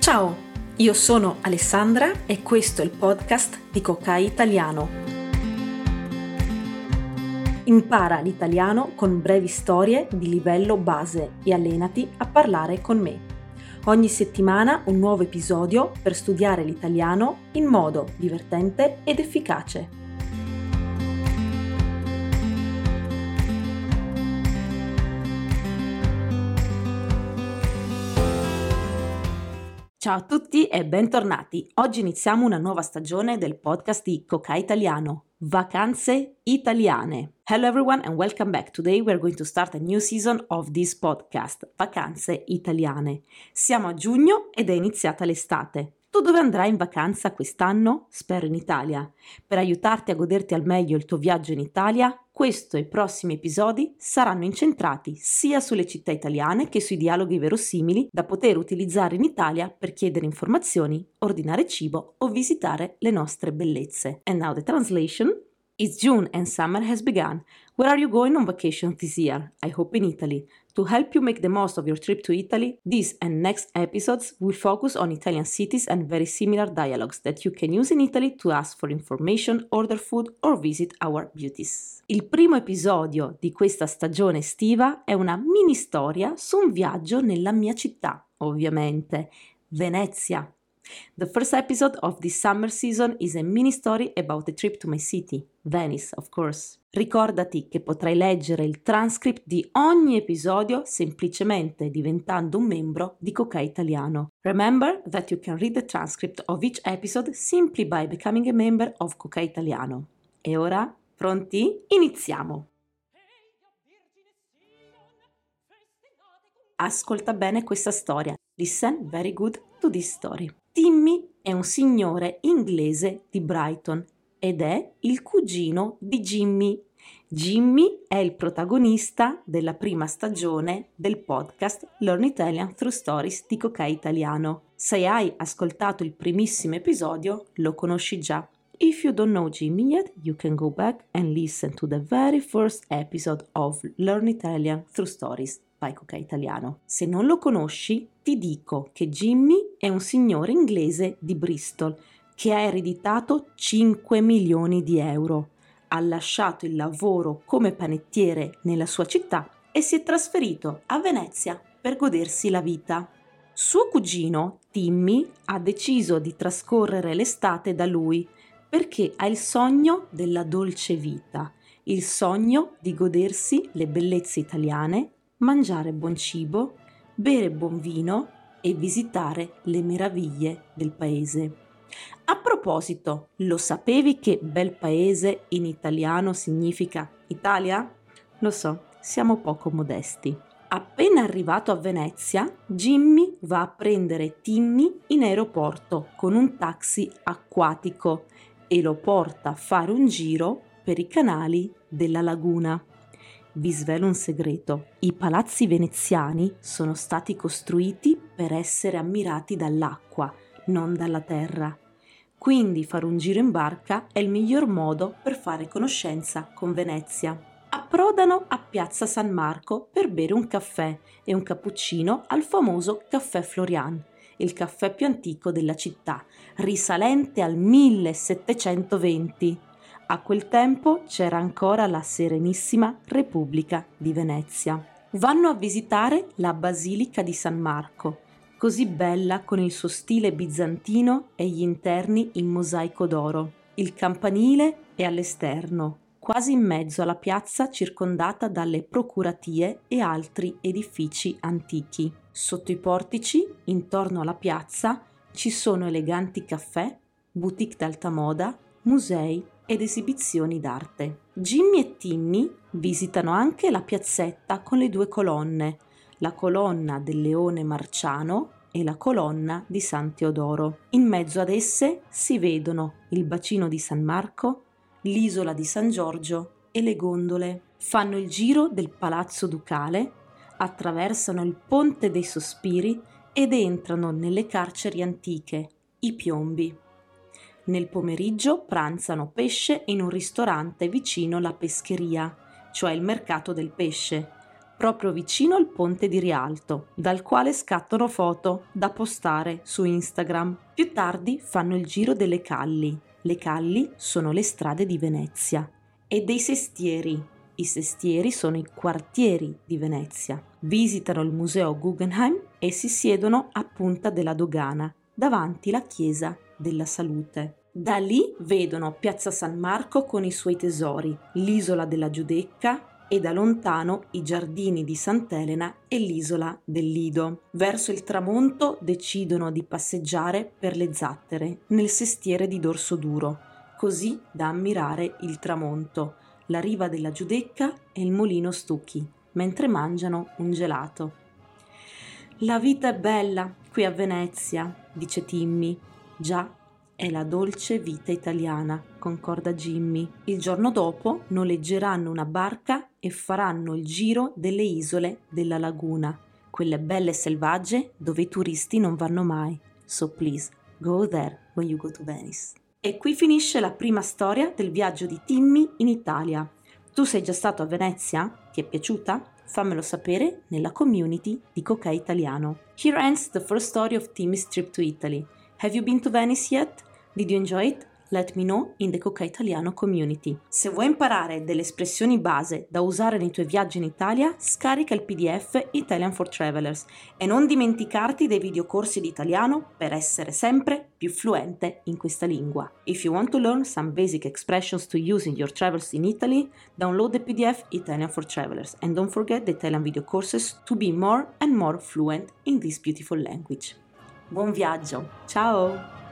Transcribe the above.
Ciao, io sono Alessandra e questo è il podcast di Kokai Italiano. Impara l'italiano con brevi storie di livello base e allenati a parlare con me. Ogni settimana un nuovo episodio per studiare l'italiano in modo divertente ed efficace. Ciao a tutti e bentornati. Oggi iniziamo una nuova stagione del podcast di Kokai Italiano, Vacanze Italiane. Hello everyone and welcome back. Today we are going to start a new season of this podcast, Vacanze Italiane. Siamo a giugno ed è iniziata l'estate. Tu dove andrai in vacanza quest'anno? Spero in Italia. Per aiutarti a goderti al meglio il tuo viaggio in Italia, questo e i prossimi episodi saranno incentrati sia sulle città italiane che sui dialoghi verosimili da poter utilizzare in Italia per chiedere informazioni, ordinare cibo o visitare le nostre bellezze. And now the translation. It's June and summer has begun. Where are you going on vacation this year? I hope in Italy. To help you make the most of your trip to Italy, this and next episodes will focus on Italian cities and very similar dialogues that you can use in Italy to ask for information, order food or visit our beauties. Il primo episodio di questa stagione estiva è una mini storia su un viaggio nella mia città, ovviamente, Venezia. The first episode of this summer season is a mini story about a trip to my city, Venice, of course. Ricordati che potrai leggere il transcript di ogni episodio semplicemente diventando un membro di Kokai Italiano. Remember that you can read the transcript of each episode simply by becoming a member of Kokai Italiano. E ora, pronti? Iniziamo! Ascolta bene questa storia. Listen very good to this story. Timmy è un signore inglese di Brighton ed è il cugino di Jimmy. Jimmy è il protagonista della prima stagione del podcast Learn Italian Through Stories di Kokai Italiano. Se hai ascoltato il primissimo episodio, lo conosci già. If you don't know Jimmy yet, you can go back and listen to the very first episode of Learn Italian Through Stories by Kokai Italiano. Se non lo conosci, ti dico che Jimmy è un signore inglese di Bristol che ha ereditato 5 milioni di euro. Ha lasciato il lavoro come panettiere nella sua città e si è trasferito a Venezia per godersi la vita. Suo cugino, Timmy, ha deciso di trascorrere l'estate da lui perché ha il sogno della dolce vita, il sogno di godersi le bellezze italiane, mangiare buon cibo, bere buon vino e visitare le meraviglie del paese. A proposito, lo sapevi che bel paese in italiano significa Italia? Lo so, siamo poco modesti. Appena arrivato a Venezia, Jimmy va a prendere Timmy in aeroporto con un taxi acquatico e lo porta a fare un giro per i canali della laguna. Vi svelo un segreto: i palazzi veneziani sono stati costruiti per essere ammirati dall'acqua, non dalla terra. Quindi fare un giro in barca è il miglior modo per fare conoscenza con Venezia. Approdano a Piazza San Marco per bere un caffè e un cappuccino al famoso Caffè Florian, il caffè più antico della città, risalente al 1720. A quel tempo c'era ancora la Serenissima Repubblica di Venezia. Vanno a visitare la Basilica di San Marco, così bella con il suo stile bizantino e gli interni in mosaico d'oro. Il campanile è all'esterno, quasi in mezzo alla piazza circondata dalle procuratie e altri edifici antichi. Sotto i portici, intorno alla piazza, ci sono eleganti caffè, boutique d'alta moda, musei ed esibizioni d'arte. Jimmy e Timmy visitano anche la piazzetta con le due colonne, la colonna del Leone Marciano e la colonna di San Teodoro. In mezzo ad esse si vedono il bacino di San Marco, l'isola di San Giorgio e le gondole. Fanno il giro del Palazzo Ducale, attraversano il Ponte dei Sospiri ed entrano nelle carceri antiche, i Piombi. Nel pomeriggio pranzano pesce in un ristorante vicino alla pescheria, cioè il mercato del pesce. proprio vicino al ponte di Rialto, dal quale scattano foto da postare su Instagram. Più tardi fanno il giro delle calli. Le calli sono le strade di Venezia. E dei sestieri. I sestieri sono i quartieri di Venezia. Visitano il museo Guggenheim e si siedono a Punta della Dogana, davanti alla chiesa della Salute. Da lì vedono Piazza San Marco con i suoi tesori, l'isola della Giudecca e da lontano i giardini di Sant'Elena e l'isola del Lido. Verso il tramonto decidono di passeggiare per le Zattere, nel sestiere di Dorsoduro, così da ammirare il tramonto, la riva della Giudecca e il mulino Stucchi, mentre mangiano un gelato. La vita è bella qui a Venezia, dice Timmy. Già, è la dolce vita italiana, concorda Jimmy. Il giorno dopo noleggeranno una barca e faranno il giro delle isole della laguna, quelle belle e selvagge dove i turisti non vanno mai. So please, go there when you go to Venice. E qui finisce la prima storia del viaggio di Timmy in Italia. Tu sei già stato a Venezia? Ti è piaciuta? Fammelo sapere nella community di Cocai Italiano. Here ends the first story of Timmy's trip to Italy. Have you been to Venice yet? Did you enjoy it? Let me know in the Cocai Italiano community. Se vuoi imparare delle espressioni base da usare nei tuoi viaggi in Italia, scarica il PDF Italian for Travelers e non dimenticarti dei videocorsi di italiano per essere sempre più fluente in questa lingua. If you want to learn some basic expressions to use in your travels in Italy, download the PDF Italian for Travelers and don't forget the Italian video courses to be more and more fluent in this beautiful language. Buon viaggio! Ciao!